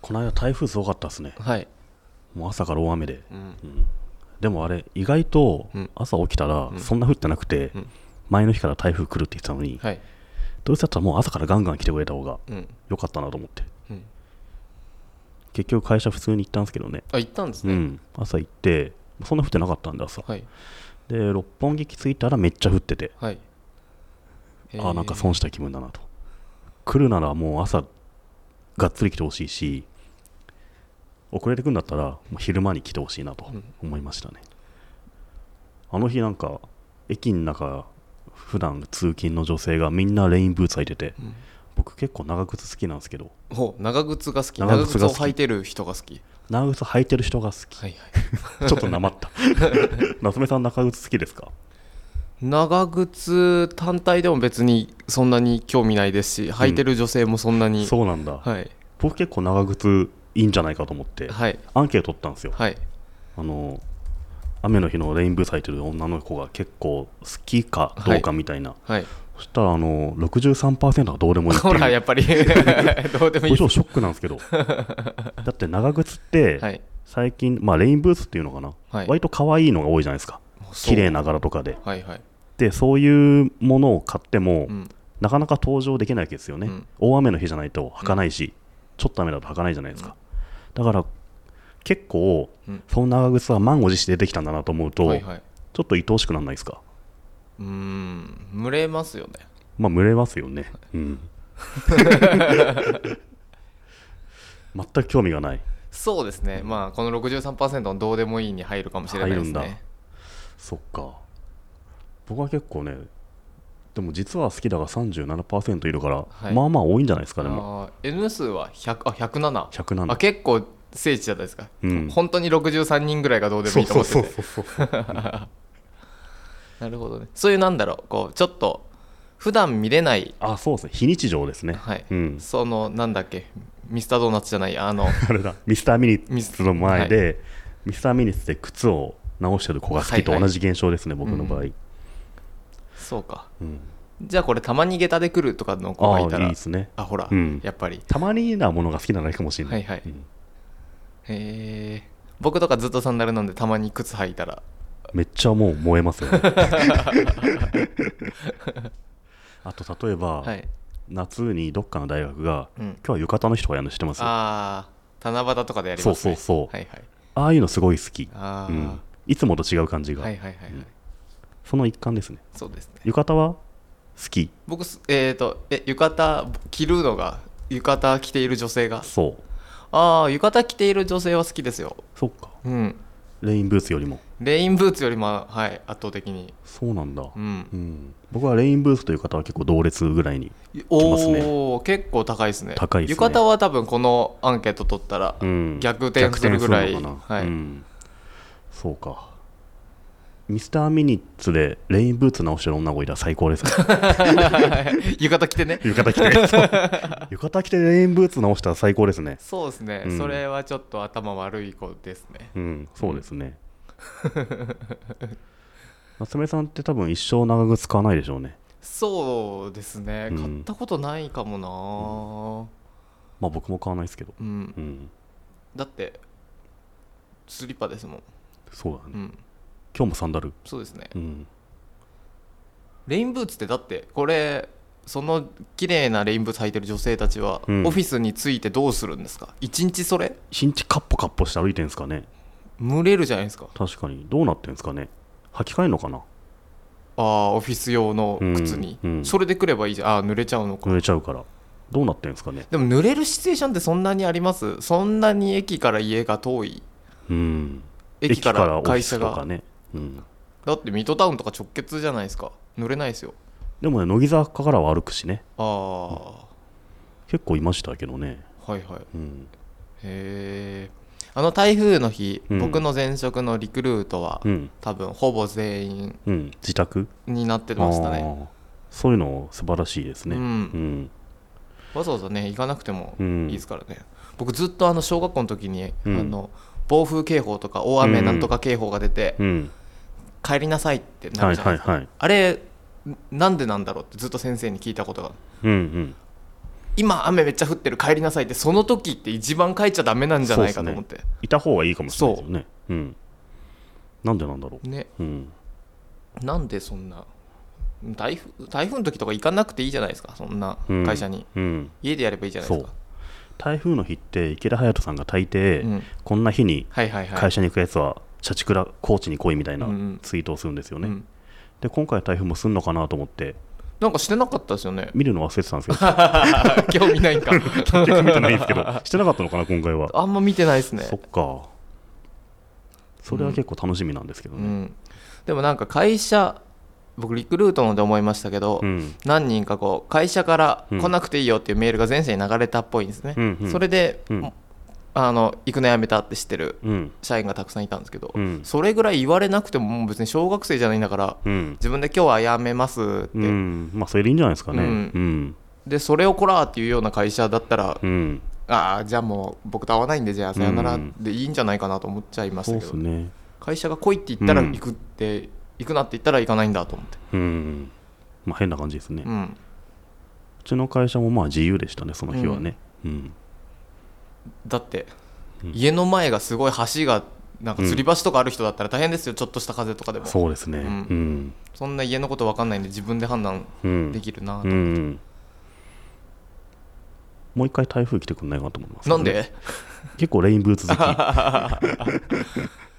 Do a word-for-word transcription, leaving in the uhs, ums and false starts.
この間台風すごかったですね。 はい。 もう朝から大雨で、 うんうん、でもあれ意外と朝起きたらそんな降ってなくて、うん、前の日から台風来るって言ってたのに、はい、どうせだったらもう朝からガンガン来てくれた方が良かったなと思って、うん、結局会社普通に行ったんですけどね。 あ、行ったんですね、うん、 朝行ってそんな降ってなかったんで朝、はい、で六本木着いたらめっちゃ降ってて、はい、あ、なんか損した気分だなと。来るならもう朝がっつり来てほしいし、遅れてくんだったらもう昼間に来てほしいなと思いましたね、うん、あの日なんか駅の中普段通勤の女性がみんなレインブーツ履いてて、うん、僕結構長靴好きなんですけど。 ほう、長靴が好き。長靴を履いてる人が好き。 長靴履いてる人が好き、はいはい、ちょっとなまった夏目さん長靴好きですか？ 長靴単体でも別にそんなに興味ないですし、履いてる女性もそんなに、うん、 そうなんだ、はい、僕結構長靴いいんじゃないかと思って、はい、アンケート取ったんですよ、はい、あの雨の日のレインブーツ履いてる女の子が結構好きかどうかみたいな、はいはい、そしたらあの ろくじゅうさんパーセント がどうでもいいっていう。 ほらやっぱりどうでもいいです。 ショックなんですけどだって長靴って最近、まあ、レインブーツっていうのかな、はい、割と可愛いのが多いじゃないですか。綺麗な柄とかで、はいはい、でそういうものを買っても、うん、なかなか登場できないわけですよね、うん、大雨の日じゃないと履かないし、うん、ちょっと雨だと履かないじゃないですか、うん、だから結構、うん、その長靴は満を持して出てきたんだなと思うと、はいはい、ちょっと愛おしくならないですか？ うーん、群れますよね。 まあ群れますよね、はい、うん、全く興味がない。 そうですね、まあこの ろくじゅうさんパーセント のどうでもいいに入るかもしれないですね。入るんだ。 そっか。僕は結構ね、でも実は好きだが さんじゅうななパーセント いるから、はい、まあまあ多いんじゃないですか。でも N 数はひゃく、あ、ひゃくなな、 ひゃくなな、 あ、結構聖地じゃないですか、うん、本当にろくじゅうさんにんぐらいがどうでもいいと思ってて。なるほどね。そういうなんだろう、こうちょっと普段見れない、 あ、そうですね、非日常ですね、はい、うん、 そのなんだっけ、ミスタードーナツじゃない、あのあれだ、ミスターミニッツの前で、はい、ミスターミニッツで靴を直してる子が好きと同じ現象ですね、はいはい、僕の場合、うん、 そうか、うん、じゃあこれたまに下駄で来るとかの子がいたら、 あ、いいですね。 あ、ほら、うん、やっぱりたまになものが好きなのかもしれない、はいはい、うん、 へえ。僕とかずっとサンダルなんで、たまに靴履いたらめっちゃもう燃えますよねあと例えば、はい、夏にどっかの大学が、うん、今日は浴衣の人がやるの知ってます？ ああ、七夕とかでやりますね。 そうそうそう、 はいはい、 ああいうのすごい好き。あ、うん、いつもと違う感じが、はいはいはいはい、うん、その一環ですね。 そうですね。 浴衣は好き？ 僕、えーとえ浴衣着るのが、浴衣着ている女性が、 そう、 ああ、浴衣着ている女性は好きですよ。 そっか、 うん、 レインブーツよりもレインブーツよりも、はい、圧倒的に。 そうなんだ、うんうん、僕はレインブーツという方は結構同列ぐらいに来ますね。 おー、結構高いですね。 高いですね。 浴衣は多分このアンケート取ったら逆転するぐらい、うん、はい、うん、 そうか。ミスターミニッツでレインブーツ直してる女の子いたら最高ですね浴衣着てね、 浴衣着て浴衣着てレインブーツ直したら最高ですね。 そうですね、うん、それはちょっと頭悪い子ですね。 うん、そうですね夏目さんって多分一生長靴買わないでしょうね。 そうですね、うん、買ったことないかもな、 うん、まあ僕も買わないですけど、うんうん、 だってスリッパですもん。 そうだね、うん、今日もサンダル。 そうですね、 うん、 レインブーツってだってこれ、その綺麗なレインブーツ履いてる女性たちは、うん、オフィスに着いてどうするんですか？一日それ一日カッポカッポして歩いてるんですかね。 蒸れるじゃないですか。 確かに。どうなってるんですかね。履き替えるのかな。 ああ、オフィス用の靴に、うんうん、それで来ればいいじゃん。ああ、濡れちゃうのか。 濡れちゃうからどうなってるんですかね。 でも濡れるシチュエーションってそんなにあります？そんなに駅から家が遠い、 うん、 駅から会社が、 駅からオフィスとかね、うん、 だってミッドタウンとか直結じゃないですか。濡れないですよ。 でもね、乃木坂からは歩くしね。 ああ、うん、 結構いましたけどね。 はいはい、うん、へえ。あの台風の日、うん、僕の前職のリクルートは、うん、多分ほぼ全員、 うん、自宅になってましたね。 そういうの素晴らしいですね、うんうん、 わざわざね行かなくてもいいですからね、うん、僕ずっとあの小学校の時に、うん、あの暴風警報とか大雨なんとか警報が出て、うん、帰りなさいってなるじゃないですか、はいはいはい、あれなんでなんだろうってずっと先生に聞いたことが、うんうん、 今雨めっちゃ降ってる帰りなさいってその時って一番帰っちゃダメなんじゃないかと思って、ね、 いた方がいいかもしれないですよね。う、うん、なんでなんだろうね、 うん、 なんでそんな台風、台風の時とか行かなくていいじゃないですか、そんな会社に、 うんうん、 家でやればいいじゃないですか。 台風の日って池田隼人さんが大抵、うん、こんな日に会社に行くやつは社畜ら高知に来いみたいなツイートをするんですよね、うんうん、で今回台風もすんのかなと思ってなんかしてなかったですよね。 見るの忘れてたんですよ興味ないんか結局見てないんですけどしてなかったのかな今回は。 あんま見てないですね。 そっか、それは結構楽しみなんですけどね、うんうん、 でもなんか会社僕リクルートので思いましたけど、うん、何人かこう会社から来なくていいよっていうメールが全社に流れたっぽいんですね、うんうん、それで、うん、あの行くのやめたって知ってる社員がたくさんいたんですけど、うん、それぐらい言われなくてももう別に小学生じゃないんだから、うん、自分で今日はやめますって、うん、 まあそれでいいんじゃないですかね、うんうん、 でそれをこらーっていうような会社だったら、うん、ああじゃあもう僕と会わないんでじゃあさよならでいいんじゃないかなと思っちゃいましたけど、そうですね、会社が来いって言ったら行くって、うん行くなって言ったら行かないんだと思って、うん、 まあ、変な感じですね、うん、うちの会社もまあ自由でしたねその日はね、うんうん、 だって、うん、家の前がすごい橋がなんか吊り橋とかある人だったら大変ですよ、ちょっとした風とかでも。 そうですね、うんうん、 そんな家のこと分かんないんで自分で判断できるなと思って、うんうん、 もう一回台風来てくんないかなと思います、 ね、なんで結構レインブーツ好き